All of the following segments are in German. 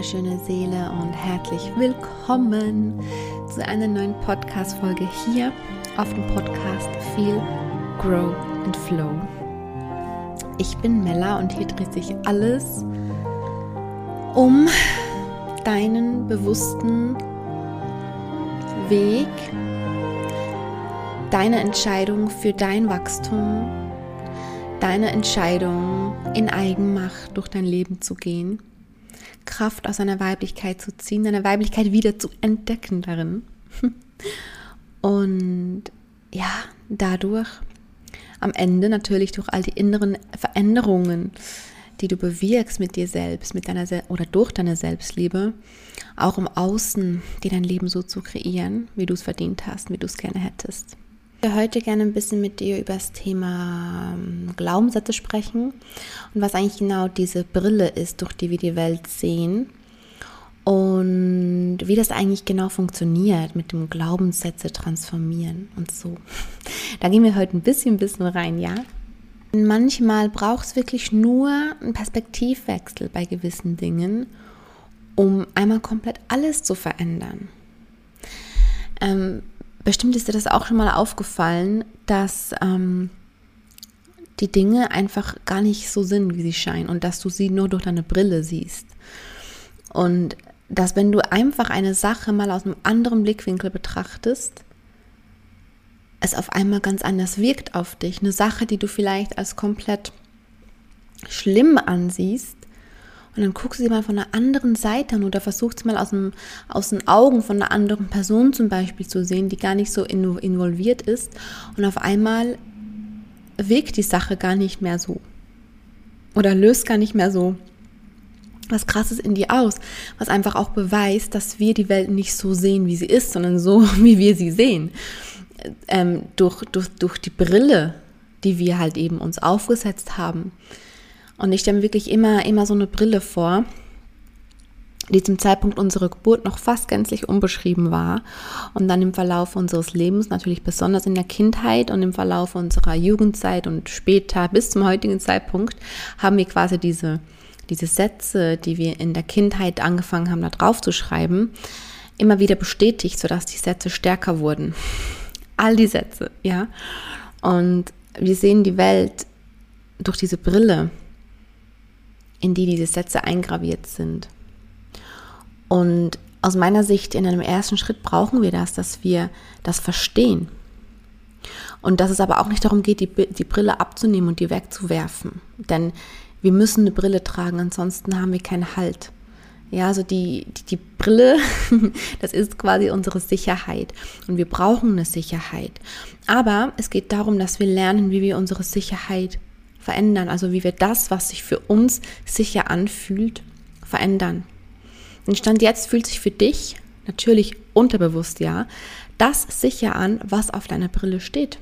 wunderschöne Seele und herzlich willkommen zu einer neuen Podcast-Folge hier auf dem Podcast Feel, Grow and Flow. Ich bin Mella und hier dreht sich alles um deinen bewussten Weg, deine Entscheidung für dein Wachstum, deine Entscheidung in Eigenmacht durch dein Leben zu gehen, Kraft aus deiner Weiblichkeit zu ziehen, deine Weiblichkeit wieder zu entdecken darin und ja, dadurch am Ende natürlich durch all die inneren Veränderungen, die du bewirkst mit dir selbst, mit deiner oder durch deine Selbstliebe, auch im Außen, dir dein Leben so zu kreieren, wie du es verdient hast, wie du es gerne hättest. Ich möchte heute gerne ein bisschen mit dir über das Thema Glaubenssätze sprechen und was eigentlich genau diese Brille ist, durch die wir die Welt sehen und wie das eigentlich genau funktioniert mit dem Glaubenssätze transformieren und so. Da gehen wir heute ein bisschen rein, ja? Manchmal braucht es wirklich nur einen Perspektivwechsel bei gewissen Dingen, um einmal komplett alles zu verändern. Bestimmt ist dir das auch schon mal aufgefallen, dass die Dinge einfach gar nicht so sind, wie sie scheinen und dass du sie nur durch deine Brille siehst. Und dass wenn du einfach eine Sache mal aus einem anderen Blickwinkel betrachtest, es auf einmal ganz anders wirkt auf dich. Eine Sache, die du vielleicht als komplett schlimm ansiehst, und dann guckst du sie mal von einer anderen Seite an oder versuchst sie mal aus den Augen von einer anderen Person zum Beispiel zu sehen, die gar nicht so involviert ist. Und auf einmal wirkt die Sache gar nicht mehr so. Oder löst gar nicht mehr so was Krasses in dir aus. Was einfach auch beweist, dass wir die Welt nicht so sehen, wie sie ist, sondern so, wie wir sie sehen. Durch die Brille, die wir halt eben uns aufgesetzt haben. Und ich stelle mir wirklich immer so eine Brille vor, die zum Zeitpunkt unserer Geburt noch fast gänzlich unbeschrieben war und dann im Verlauf unseres Lebens, natürlich besonders in der Kindheit und im Verlauf unserer Jugendzeit und später bis zum heutigen Zeitpunkt, haben wir quasi diese Sätze, die wir in der Kindheit angefangen haben, da drauf zu schreiben, immer wieder bestätigt, sodass die Sätze stärker wurden. All die Sätze, ja. Und wir sehen die Welt durch diese Brille, in die diese Sätze eingraviert sind. Und aus meiner Sicht in einem ersten Schritt brauchen wir das, dass wir das verstehen. Und dass es aber auch nicht darum geht, die Brille abzunehmen und die wegzuwerfen. Denn wir müssen eine Brille tragen, ansonsten haben wir keinen Halt. Ja, also die Brille, das ist quasi unsere Sicherheit. Und wir brauchen eine Sicherheit. Aber es geht darum, dass wir lernen, wie wir unsere Sicherheit verändern, also wie wir das, was sich für uns sicher anfühlt, verändern. Den Stand jetzt fühlt sich für dich, natürlich unterbewusst ja, das sicher an, was auf deiner Brille steht.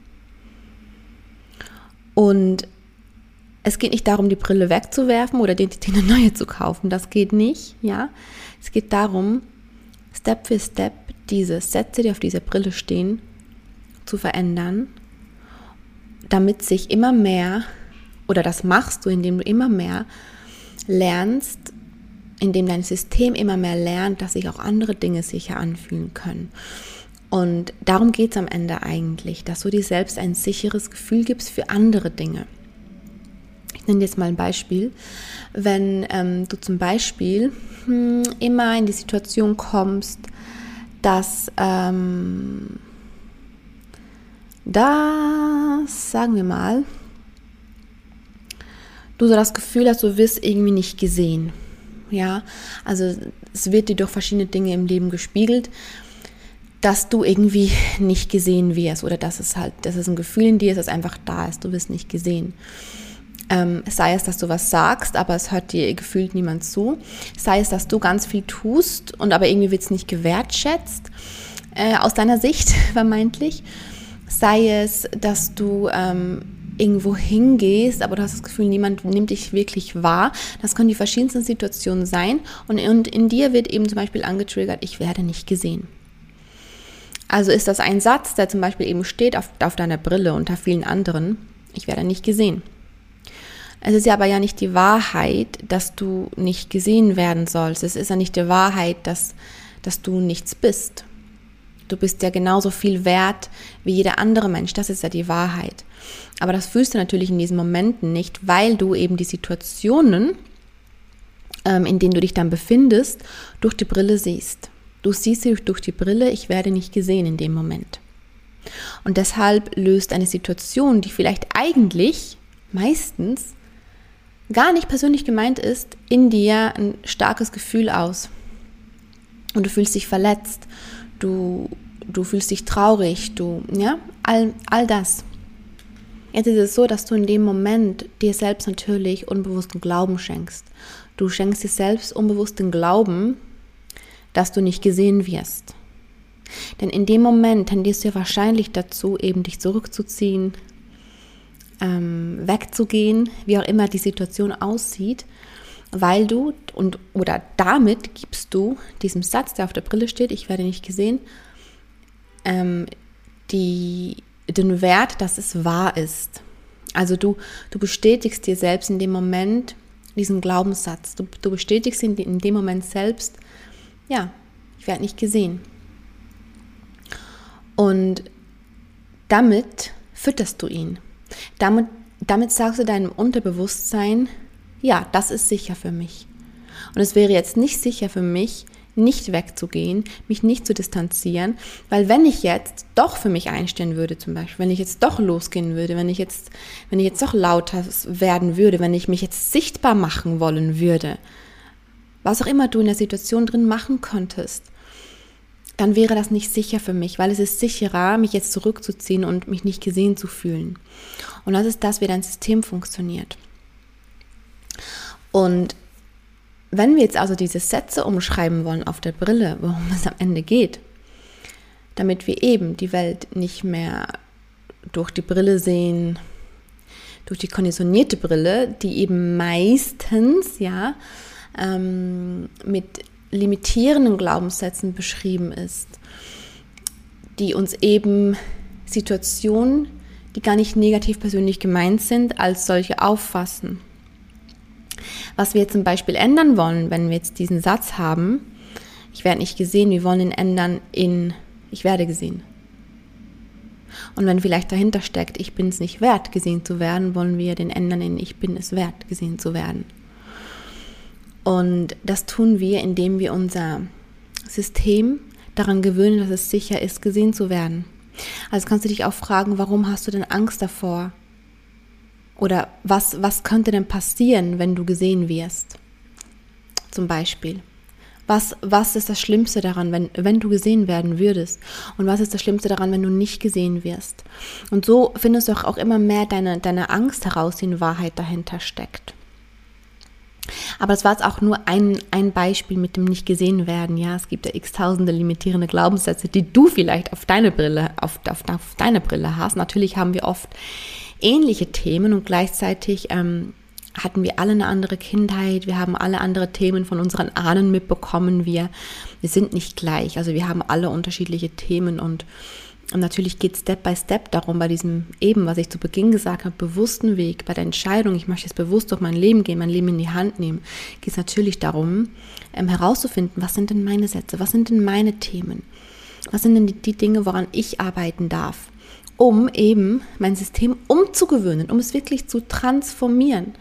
Und es geht nicht darum, die Brille wegzuwerfen oder dir eine neue zu kaufen, das geht nicht, ja. Es geht darum, Step für Step diese Sätze, die auf dieser Brille stehen, zu verändern, damit sich immer mehr, oder das machst du, indem du immer mehr lernst, indem dein System immer mehr lernt, dass sich auch andere Dinge sicher anfühlen können. Und darum geht es am Ende eigentlich, dass du dir selbst ein sicheres Gefühl gibst für andere Dinge. Ich nenne dir jetzt mal ein Beispiel. Wenn du zum Beispiel immer in die Situation kommst, dass sagen wir mal, du so das Gefühl hast, du wirst irgendwie nicht gesehen. Ja, also es wird dir durch verschiedene Dinge im Leben gespiegelt, dass du irgendwie nicht gesehen wirst oder dass es ein Gefühl in dir ist, das einfach da ist, du wirst nicht gesehen. Sei es, dass du was sagst, aber es hört dir gefühlt niemand zu. Sei es, dass du ganz viel tust und aber irgendwie wird es nicht gewertschätzt, aus deiner Sicht vermeintlich. Sei es, dass du irgendwo hingehst, aber du hast das Gefühl, niemand nimmt dich wirklich wahr. Das können die verschiedensten Situationen sein. Und in dir wird eben zum Beispiel angetriggert, ich werde nicht gesehen. Also ist das ein Satz, der zum Beispiel eben steht auf deiner Brille unter vielen anderen, ich werde nicht gesehen. Es ist ja aber ja nicht die Wahrheit, dass du nicht gesehen werden sollst. Es ist ja nicht die Wahrheit, dass du nichts bist. Du bist ja genauso viel wert wie jeder andere Mensch. Das ist ja die Wahrheit. Aber das fühlst du natürlich in diesen Momenten nicht, weil du eben die Situationen, in denen du dich dann befindest, durch die Brille siehst. Du siehst sie durch die Brille, ich werde nicht gesehen in dem Moment. Und deshalb löst eine Situation, die vielleicht eigentlich meistens gar nicht persönlich gemeint ist, in dir ein starkes Gefühl aus. Und du fühlst dich verletzt, du fühlst dich traurig, all das. Jetzt ist es so, dass du in dem Moment dir selbst natürlich unbewussten Glauben schenkst. Du schenkst dir selbst unbewussten Glauben, dass du nicht gesehen wirst. Denn in dem Moment tendierst du ja wahrscheinlich dazu, eben dich zurückzuziehen, wegzugehen, wie auch immer die Situation aussieht, weil du oder damit gibst du diesem Satz, der auf der Brille steht, ich werde nicht gesehen, den Wert, dass es wahr ist. Also du bestätigst dir selbst in dem Moment diesen Glaubenssatz. Du bestätigst in dem Moment selbst, ja, ich werde nicht gesehen. Und damit fütterst du ihn. Damit sagst du deinem Unterbewusstsein, ja, das ist sicher für mich. Und es wäre jetzt nicht sicher für mich, nicht wegzugehen, mich nicht zu distanzieren, weil wenn ich jetzt doch für mich einstehen würde zum Beispiel, wenn ich jetzt doch losgehen würde, wenn ich jetzt doch lauter werden würde, wenn ich mich jetzt sichtbar machen wollen würde, was auch immer du in der Situation drin machen könntest, dann wäre das nicht sicher für mich, weil es ist sicherer, mich jetzt zurückzuziehen und mich nicht gesehen zu fühlen. Und das ist das, wie dein System funktioniert. Und wenn wir jetzt also diese Sätze umschreiben wollen auf der Brille, worum es am Ende geht, damit wir eben die Welt nicht mehr durch die Brille sehen, durch die konditionierte Brille, die eben meistens mit limitierenden Glaubenssätzen beschrieben ist, die uns eben Situationen, die gar nicht negativ persönlich gemeint sind, als solche auffassen. Was wir jetzt zum Beispiel ändern wollen, wenn wir jetzt diesen Satz haben, ich werde nicht gesehen, wir wollen ihn ändern in ich werde gesehen. Und wenn vielleicht dahinter steckt, ich bin es nicht wert, gesehen zu werden, wollen wir den ändern in ich bin es wert, gesehen zu werden. Und das tun wir, indem wir unser System daran gewöhnen, dass es sicher ist, gesehen zu werden. Also kannst du dich auch fragen, warum hast du denn Angst davor? Oder was könnte denn passieren, wenn du gesehen wirst? Zum Beispiel. Was ist das Schlimmste daran, wenn du gesehen werden würdest? Und was ist das Schlimmste daran, wenn du nicht gesehen wirst? Und so findest du auch immer mehr deine Angst heraus, die in Wahrheit dahinter steckt. Aber das war jetzt auch nur ein Beispiel mit dem nicht gesehen werden. Ja, es gibt ja x-tausende limitierende Glaubenssätze, die du vielleicht auf deine Brille hast. Natürlich haben wir oft ähnliche Themen und gleichzeitig hatten wir alle eine andere Kindheit, wir haben alle andere Themen von unseren Ahnen mitbekommen, wir sind nicht gleich, also wir haben alle unterschiedliche Themen und natürlich geht Step by Step darum, bei diesem eben, was ich zu Beginn gesagt habe, bewussten Weg, bei der Entscheidung, ich möchte jetzt bewusst durch mein Leben gehen, mein Leben in die Hand nehmen, geht es natürlich darum, herauszufinden, was sind denn meine Sätze, was sind denn meine Themen, was sind denn die Dinge, woran ich arbeiten darf, um eben mein System umzugewöhnen, um es wirklich zu transformieren.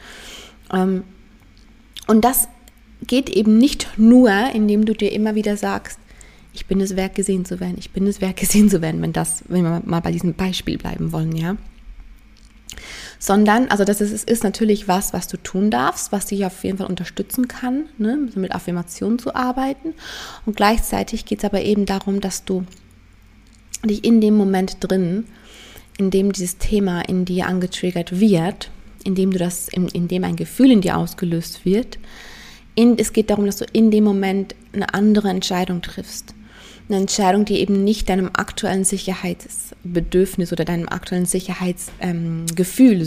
Und das geht eben nicht nur, indem du dir immer wieder sagst, ich bin es wert, gesehen zu werden, ich bin es wert, gesehen zu werden, wenn wir mal bei diesem Beispiel bleiben wollen, ja. Sondern, also das ist natürlich was du tun darfst, was dich auf jeden Fall unterstützen kann, ne, mit Affirmationen zu arbeiten. Und gleichzeitig geht es aber eben darum, dass du dich in dem Moment drin, in dem dieses Thema in dir angetriggert wird, in dem ein Gefühl in dir ausgelöst wird, es geht darum, dass du in dem Moment eine andere Entscheidung triffst. Eine Entscheidung, die eben nicht deinem aktuellen Sicherheitsbedürfnis oder deinem aktuellen Sicherheitsgefühl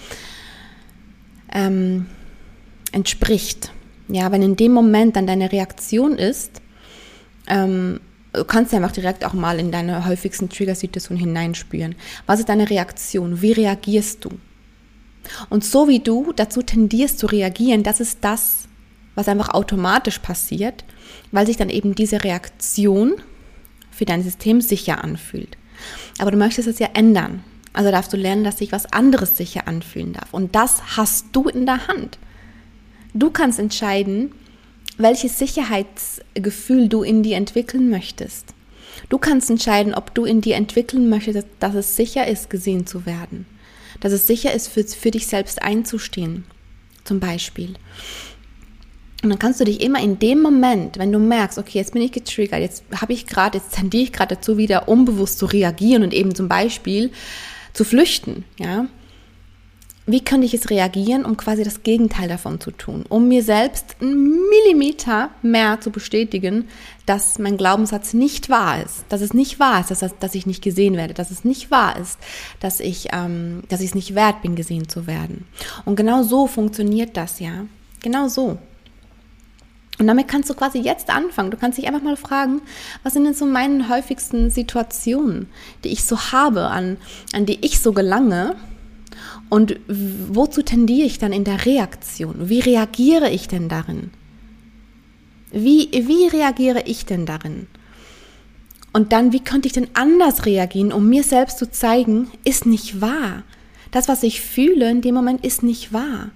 entspricht. Ja, wenn in dem Moment dann deine Reaktion ist, du kannst einfach direkt auch mal in deine häufigsten Trigger-Situationen hineinspüren. Was ist deine Reaktion? Wie reagierst du? Und so wie du dazu tendierst zu reagieren, das ist das, was einfach automatisch passiert, weil sich dann eben diese Reaktion für dein System sicher anfühlt. Aber du möchtest es ja ändern. Also darfst du lernen, dass sich was anderes sicher anfühlen darf. Und das hast du in der Hand. Du kannst entscheiden, welches Sicherheitsgefühl du in dir entwickeln möchtest. Du kannst entscheiden, ob du in dir entwickeln möchtest, dass es sicher ist, gesehen zu werden. Dass es sicher ist, für dich selbst einzustehen, zum Beispiel. Und dann kannst du dich immer in dem Moment, wenn du merkst, okay, jetzt bin ich getriggert, jetzt tendiere ich gerade dazu, wieder unbewusst zu reagieren und eben zum Beispiel zu flüchten, ja. Wie könnte ich es reagieren, um quasi das Gegenteil davon zu tun? Um mir selbst einen Millimeter mehr zu bestätigen, dass mein Glaubenssatz nicht wahr ist. Dass es nicht wahr ist, dass ich nicht gesehen werde. Dass es nicht wahr ist, dass ich es nicht wert bin, gesehen zu werden. Und genau so funktioniert das, ja. Genau so. Und damit kannst du quasi jetzt anfangen. Du kannst dich einfach mal fragen, was sind denn so meine häufigsten Situationen, die ich so habe, an die ich so gelange? Und wozu tendiere ich dann in der Reaktion? Wie reagiere ich denn darin? Wie reagiere ich denn darin? Und dann, wie könnte ich denn anders reagieren, um mir selbst zu zeigen, ist nicht wahr. Das, was ich fühle in dem Moment, ist nicht wahr.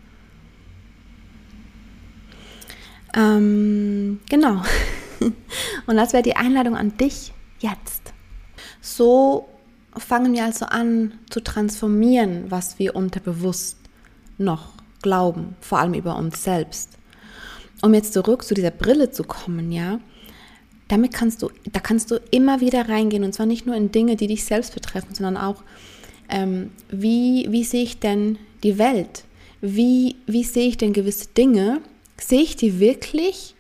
Genau. Und das wäre die Einladung an dich jetzt. So fangen wir also an zu transformieren, was wir unterbewusst noch glauben, vor allem über uns selbst. Um jetzt zurück zu dieser Brille zu kommen, ja, da kannst du immer wieder reingehen, und zwar nicht nur in Dinge, die dich selbst betreffen, sondern auch, wie sehe ich denn die Welt? Wie sehe ich denn gewisse Dinge? Sehe ich die wirklich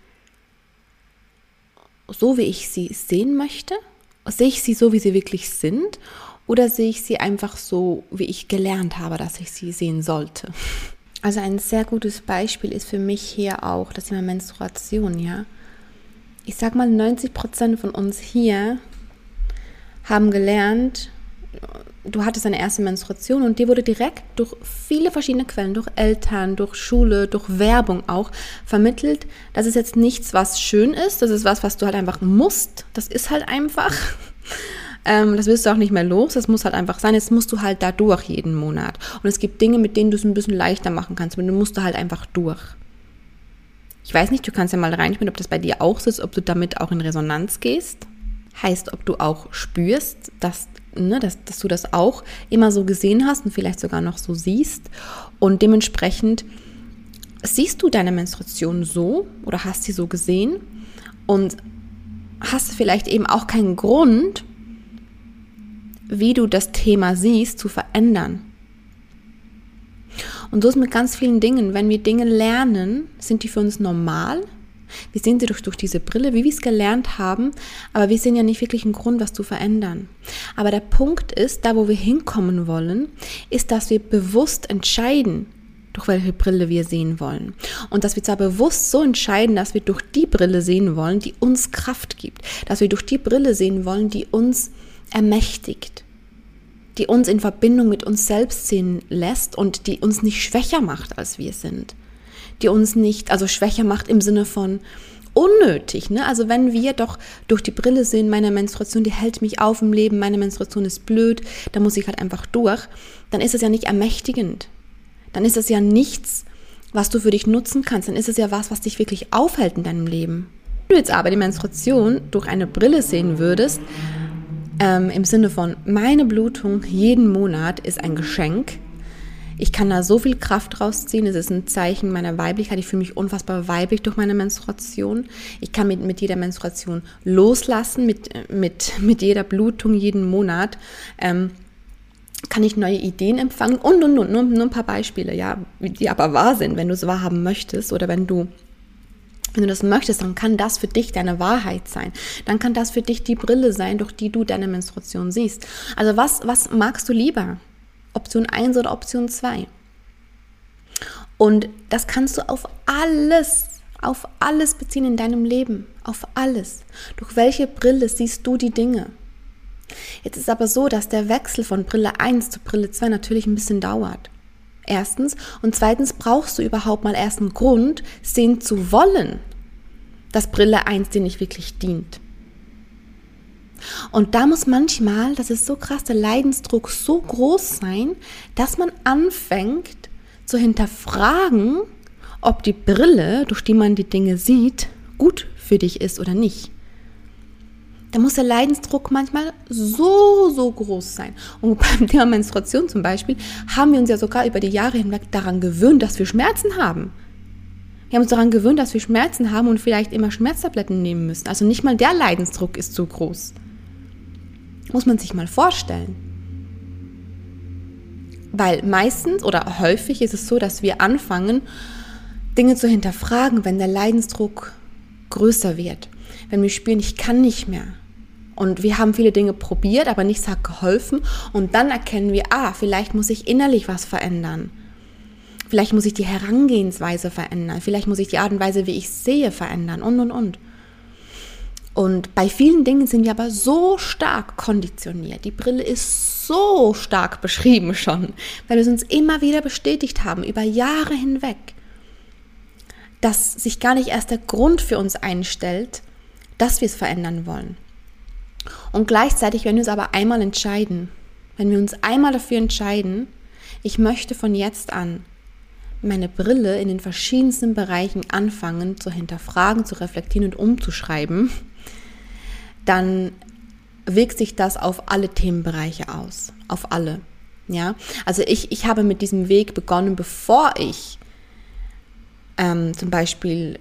so, wie ich sie sehen möchte? Sehe ich sie so, wie sie wirklich sind? Oder sehe ich sie einfach so, wie ich gelernt habe, dass ich sie sehen sollte? Also ein sehr gutes Beispiel ist für mich hier auch das Thema Menstruation, ja. Ich sag mal, 90% von uns hier haben gelernt, du hattest deine erste Menstruation und dir wurde direkt durch viele verschiedene Quellen, durch Eltern, durch Schule, durch Werbung auch vermittelt, das ist jetzt nichts, was schön ist, das ist was du halt einfach musst, das ist halt einfach, das wirst du auch nicht mehr los, das muss halt einfach sein, jetzt musst du halt da durch jeden Monat. Und es gibt Dinge, mit denen du es ein bisschen leichter machen kannst, aber du musst da halt einfach durch. Ich weiß nicht, du kannst ja mal reinspielen, ob das bei dir auch so ist, ob du damit auch in Resonanz gehst. Heißt, ob du auch spürst, dass du das auch immer so gesehen hast und vielleicht sogar noch so siehst. Und dementsprechend siehst du deine Menstruation so oder hast sie so gesehen und hast vielleicht eben auch keinen Grund, wie du das Thema siehst, zu verändern. Und so ist mit ganz vielen Dingen, wenn wir Dinge lernen, sind die für uns normal. Wir sehen sie durch diese Brille, wie wir es gelernt haben, aber wir sehen ja nicht wirklich einen Grund, was zu verändern. Aber der Punkt ist, da wo wir hinkommen wollen, ist, dass wir bewusst entscheiden, durch welche Brille wir sehen wollen. Und dass wir zwar bewusst so entscheiden, dass wir durch die Brille sehen wollen, die uns Kraft gibt. Dass wir durch die Brille sehen wollen, die uns ermächtigt. Die uns in Verbindung mit uns selbst sehen lässt und die uns nicht schwächer macht, als wir sind. Die uns nicht, also schwächer macht im Sinne von unnötig, ne? Also wenn wir doch durch die Brille sehen, meine Menstruation, die hält mich auf im Leben, meine Menstruation ist blöd, da muss ich halt einfach durch, dann ist es ja nicht ermächtigend. Dann ist es ja nichts, was du für dich nutzen kannst, dann ist es ja was dich wirklich aufhält in deinem Leben. Wenn du jetzt aber die Menstruation durch eine Brille sehen würdest, im Sinne von, meine Blutung jeden Monat ist ein Geschenk. Ich kann da so viel Kraft rausziehen. Es ist ein Zeichen meiner Weiblichkeit. Ich fühle mich unfassbar weiblich durch meine Menstruation. Ich kann mit jeder Menstruation loslassen, mit jeder Blutung jeden Monat. Kann ich neue Ideen empfangen und. Nur ein paar Beispiele, ja, die aber wahr sind, wenn du es wahrhaben möchtest oder wenn du das möchtest, dann kann das für dich deine Wahrheit sein. Dann kann das für dich die Brille sein, durch die du deine Menstruation siehst. Also was magst du lieber? Option 1 oder Option 2? Und das kannst du auf alles beziehen in deinem Leben. Auf alles. Durch welche Brille siehst du die Dinge? Jetzt ist aber so, dass der Wechsel von Brille 1 zu Brille 2 natürlich ein bisschen dauert. Erstens. Und zweitens brauchst du überhaupt mal erst einen Grund, sehen zu wollen, dass Brille 1 dir nicht wirklich dient. Und da muss manchmal, das ist so krass, der Leidensdruck so groß sein, dass man anfängt zu hinterfragen, ob die Brille, durch die man die Dinge sieht, gut für dich ist oder nicht. Da muss der Leidensdruck manchmal so groß sein. Und beim Thema Menstruation zum Beispiel haben wir uns ja sogar über die Jahre hinweg daran gewöhnt, dass wir Schmerzen haben. Wir haben uns daran gewöhnt, dass wir Schmerzen haben und vielleicht immer Schmerztabletten nehmen müssen. Also nicht mal der Leidensdruck ist so groß. Muss man sich mal vorstellen. Weil meistens oder häufig ist es so, dass wir anfangen, Dinge zu hinterfragen, wenn der Leidensdruck größer wird. Wenn wir spüren, ich kann nicht mehr. Und wir haben viele Dinge probiert, aber nichts hat geholfen. Und dann erkennen wir, vielleicht muss ich innerlich was verändern. Vielleicht muss ich die Herangehensweise verändern. Vielleicht muss ich die Art und Weise, wie ich sehe, verändern und. Und bei vielen Dingen sind wir aber so stark konditioniert. Die Brille ist so stark beschrieben schon, weil wir es uns immer wieder bestätigt haben, über Jahre hinweg, dass sich gar nicht erst der Grund für uns einstellt, dass wir es verändern wollen. Und gleichzeitig, wenn wir uns aber einmal entscheiden, wenn wir uns einmal dafür entscheiden, ich möchte von jetzt an meine Brille in den verschiedensten Bereichen anfangen zu hinterfragen, zu reflektieren und umzuschreiben, dann wirkt sich das auf alle Themenbereiche aus, auf alle. Ja? Also ich habe mit diesem Weg begonnen, bevor ich zum Beispiel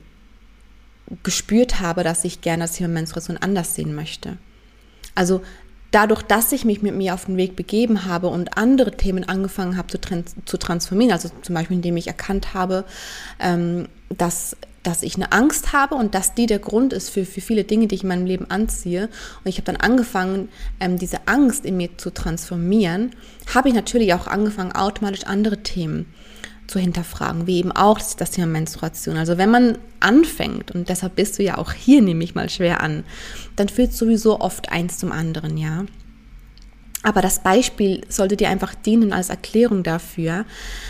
gespürt habe, dass ich gerne das Thema Menstruation anders sehen möchte. Also dadurch, dass ich mich mit mir auf den Weg begeben habe und andere Themen angefangen habe zu transformieren, also zum Beispiel indem ich erkannt habe, dass ich eine Angst habe und dass die der Grund ist für viele Dinge, die ich in meinem Leben anziehe. Und ich habe dann angefangen, diese Angst in mir zu transformieren, habe ich natürlich auch angefangen, automatisch andere Themen zu hinterfragen, wie eben auch das Thema Menstruation. Also wenn man anfängt, und deshalb bist du ja auch hier, nehme ich mal schwer an, dann führt sowieso oft eins zum anderen, ja. Aber das Beispiel sollte dir einfach dienen als Erklärung dafür,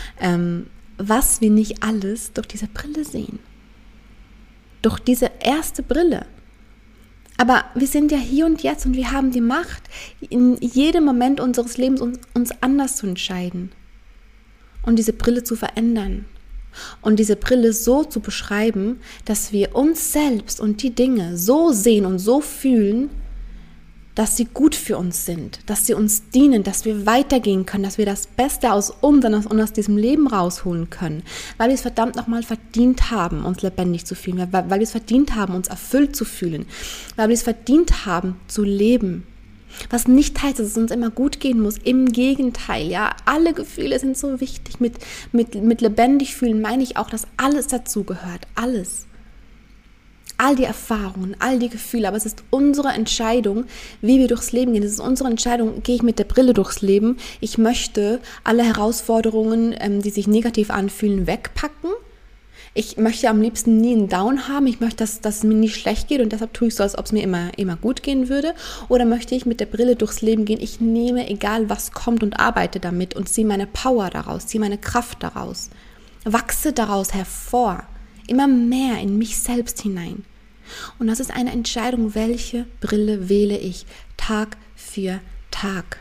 was wir nicht alles durch diese Brille sehen. Durch diese erste Brille. Aber wir sind ja hier und jetzt und wir haben die Macht, in jedem Moment unseres Lebens uns anders zu entscheiden. Und diese Brille zu verändern und diese Brille so zu beschreiben, dass wir uns selbst und die Dinge so sehen und so fühlen, dass sie gut für uns sind, dass sie uns dienen, dass wir weitergehen können, dass wir das Beste aus uns und aus diesem Leben rausholen können, weil wir es verdammt nochmal verdient haben, uns lebendig zu fühlen, weil wir es verdient haben, uns erfüllt zu fühlen, weil wir es verdient haben, zu leben. Was nicht heißt, dass es uns immer gut gehen muss. Im Gegenteil, ja, alle Gefühle sind so wichtig. Mit lebendig fühlen meine ich auch, dass alles dazugehört. Alles. All die Erfahrungen, all die Gefühle. Aber es ist unsere Entscheidung, wie wir durchs Leben gehen. Es ist unsere Entscheidung, gehe ich mit der Brille durchs Leben. Ich möchte alle Herausforderungen, die sich negativ anfühlen, wegpacken. Ich möchte am liebsten nie einen Down haben. Ich möchte, dass es mir nicht schlecht geht und deshalb tue ich so, als ob es mir immer gut gehen würde. Oder möchte ich mit der Brille durchs Leben gehen? Ich nehme, egal was kommt und arbeite damit und ziehe meine Power daraus, ziehe meine Kraft daraus. Wachse daraus hervor. Immer mehr in mich selbst hinein. Und das ist eine Entscheidung, welche Brille wähle ich Tag für Tag.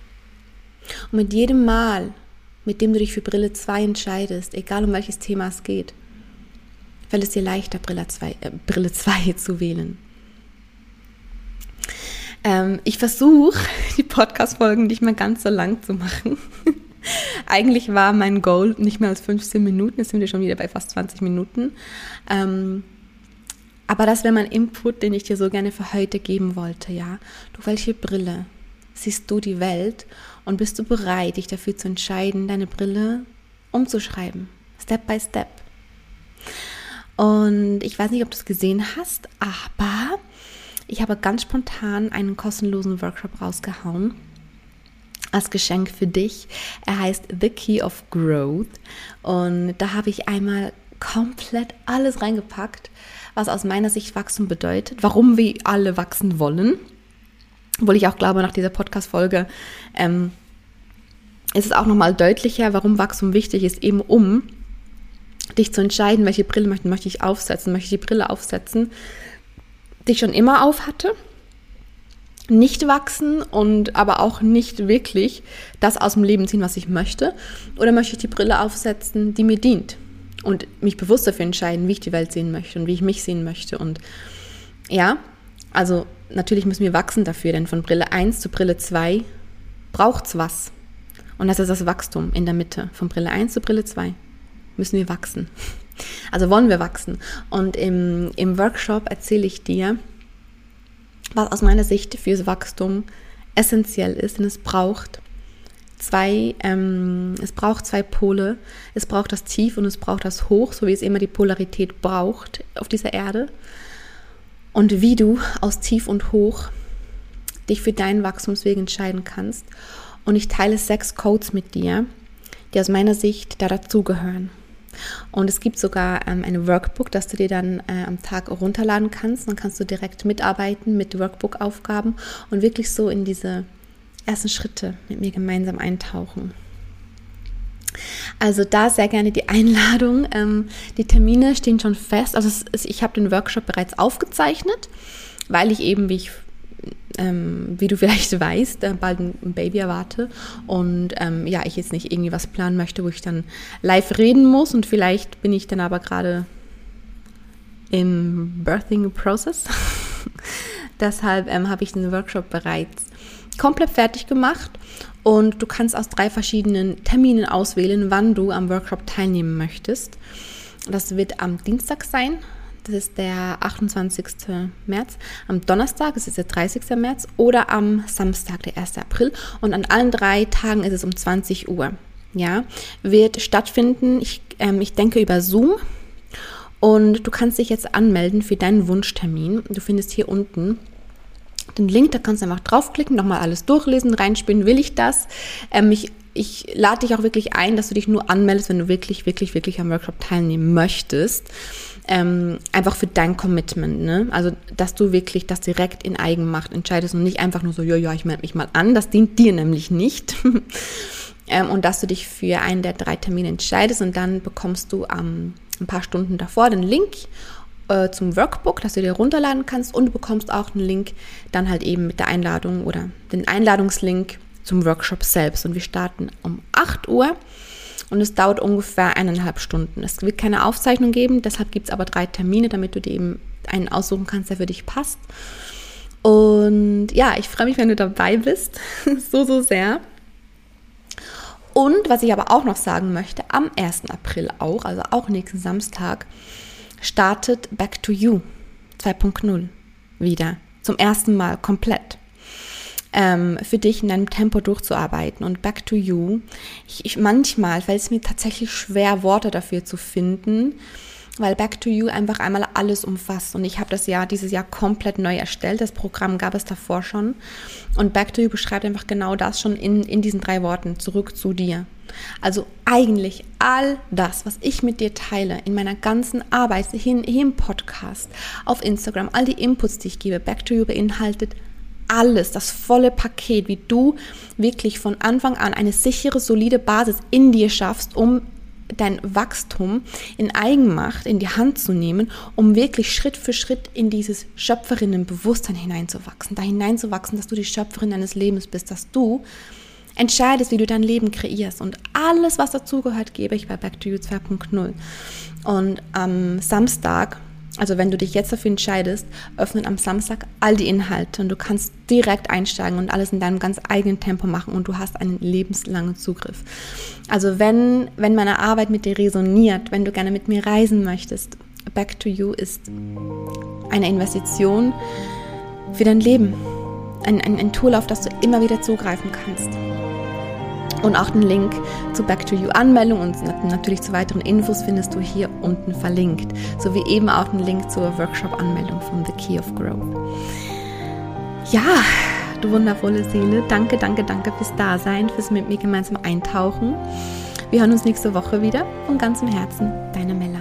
Und mit jedem Mal, mit dem du dich für Brille 2 entscheidest, egal um welches Thema es geht, fällt es dir leichter, Brille 2 zu wählen. Ich versuche, die Podcast-Folgen nicht mehr ganz so lang zu machen. Eigentlich war mein Goal nicht mehr als 15 Minuten, jetzt sind wir schon wieder bei fast 20 Minuten. Aber das wäre mein Input, den ich dir so gerne für heute geben wollte. Ja? Durch welche Brille siehst du die Welt und bist du bereit, dich dafür zu entscheiden, deine Brille umzuschreiben, Step by Step. Und ich weiß nicht, ob du es gesehen hast, aber ich habe ganz spontan einen kostenlosen Workshop rausgehauen als Geschenk für dich. Er heißt The Key of Growth und da habe ich einmal komplett alles reingepackt, was aus meiner Sicht Wachstum bedeutet, warum wir alle wachsen wollen. Obwohl ich auch glaube, nach dieser Podcast-Folge ist es auch nochmal deutlicher, warum Wachstum wichtig ist, eben um dich zu entscheiden, welche Brille möchte ich aufsetzen. Möchte ich die Brille aufsetzen, die ich schon immer auf hatte, nicht wachsen und aber auch nicht wirklich das aus dem Leben ziehen, was ich möchte? Oder möchte ich die Brille aufsetzen, die mir dient und mich bewusst dafür entscheiden, wie ich die Welt sehen möchte und wie ich mich sehen möchte? Und ja, also natürlich müssen wir wachsen dafür, denn von Brille 1 zu Brille 2 braucht es was. Und das ist das Wachstum in der Mitte. Von Brille 1 zu Brille 2 müssen wir wachsen. Also wollen wir wachsen. Und im Workshop erzähle ich dir, was aus meiner Sicht fürs Wachstum essentiell ist. Denn es braucht zwei Pole. Es braucht das Tief und es braucht das Hoch, so wie es immer die Polarität braucht auf dieser Erde. Und wie du aus Tief und Hoch dich für deinen Wachstumsweg entscheiden kannst. Und ich teile 6 Codes mit dir, die aus meiner Sicht da dazugehören. Und es gibt sogar ein Workbook, das du dir dann am Tag runterladen kannst. Dann kannst du direkt mitarbeiten mit Workbook-Aufgaben und wirklich so in diese ersten Schritte mit mir gemeinsam eintauchen. Also da sehr gerne die Einladung. Die Termine stehen schon fest. Also ich habe den Workshop bereits aufgezeichnet, weil ich eben, wie du vielleicht weißt, bald ein Baby erwarte und ich jetzt nicht irgendwie was planen möchte, wo ich dann live reden muss und vielleicht bin ich dann aber gerade im Birthing Process. Deshalb habe ich den Workshop bereits komplett fertig gemacht und du kannst aus 3 verschiedenen Terminen auswählen, wann du am Workshop teilnehmen möchtest. Das wird am Dienstag sein. Das ist der 28. März, am Donnerstag, das ist der 30. März oder am Samstag, der 1. April. Und an allen 3 Tagen ist es um 20 Uhr. Ja, wird stattfinden, ich denke über Zoom. Und du kannst dich jetzt anmelden für deinen Wunschtermin. Du findest hier unten den Link, da kannst du einfach draufklicken, nochmal alles durchlesen, reinspielen, will ich das? Ich lade dich auch wirklich ein, dass du dich nur anmeldest, wenn du wirklich, wirklich, wirklich am Workshop teilnehmen möchtest. Einfach für dein Commitment, ne? Also, dass du wirklich das direkt in Eigenmacht entscheidest und nicht einfach nur so, ja, ich melde mich mal an, das dient dir nämlich nicht. Und dass du dich für einen der 3 Termine entscheidest und dann bekommst du ein paar Stunden davor den Link zum Workbook, das du dir runterladen kannst und du bekommst auch einen Link dann halt eben mit der Einladung oder den Einladungslink zum Workshop selbst. Und wir starten um 8 Uhr. Und es dauert ungefähr 1,5 Stunden. Es wird keine Aufzeichnung geben, deshalb gibt es aber 3 Termine, damit du dir eben einen aussuchen kannst, der für dich passt. Und ja, ich freue mich, wenn du dabei bist. So, so sehr. Und was ich aber auch noch sagen möchte, am 1. April auch, also auch nächsten Samstag, startet Back to You 2.0 wieder. Zum ersten Mal komplett. Für dich in deinem Tempo durchzuarbeiten. Und Back to You, manchmal fällt es mir tatsächlich schwer, Worte dafür zu finden, weil Back to You einfach einmal alles umfasst. Und ich habe das dieses Jahr komplett neu erstellt. Das Programm gab es davor schon. Und Back to You beschreibt einfach genau das schon in diesen 3 Worten, zurück zu dir. Also eigentlich all das, was ich mit dir teile, in meiner ganzen Arbeit, hier im Podcast, auf Instagram, all die Inputs, die ich gebe, Back to You beinhaltet alles, das volle Paket, wie du wirklich von Anfang an eine sichere, solide Basis in dir schaffst, um dein Wachstum in Eigenmacht in die Hand zu nehmen, um wirklich Schritt für Schritt in dieses Schöpferinnenbewusstsein hineinzuwachsen, dass du die Schöpferin deines Lebens bist, dass du entscheidest, wie du dein Leben kreierst. Und alles, was dazugehört, gebe ich bei Back to You 2.0. Und am Samstag, also wenn du dich jetzt dafür entscheidest, öffnen am Samstag all die Inhalte und du kannst direkt einsteigen und alles in deinem ganz eigenen Tempo machen und du hast einen lebenslangen Zugriff. Also wenn meine Arbeit mit dir resoniert, wenn du gerne mit mir reisen möchtest, Back to You ist eine Investition für dein Leben. Ein Tool, auf das du immer wieder zugreifen kannst. Und auch den Link zu Back to You Anmeldung und natürlich zu weiteren Infos findest du hier unten verlinkt. Sowie eben auch den Link zur Workshop-Anmeldung von The Key of Growth. Ja, du wundervolle Seele, danke fürs Dasein, fürs mit mir gemeinsam eintauchen. Wir hören uns nächste Woche wieder. Von ganzem Herzen, deine Mella.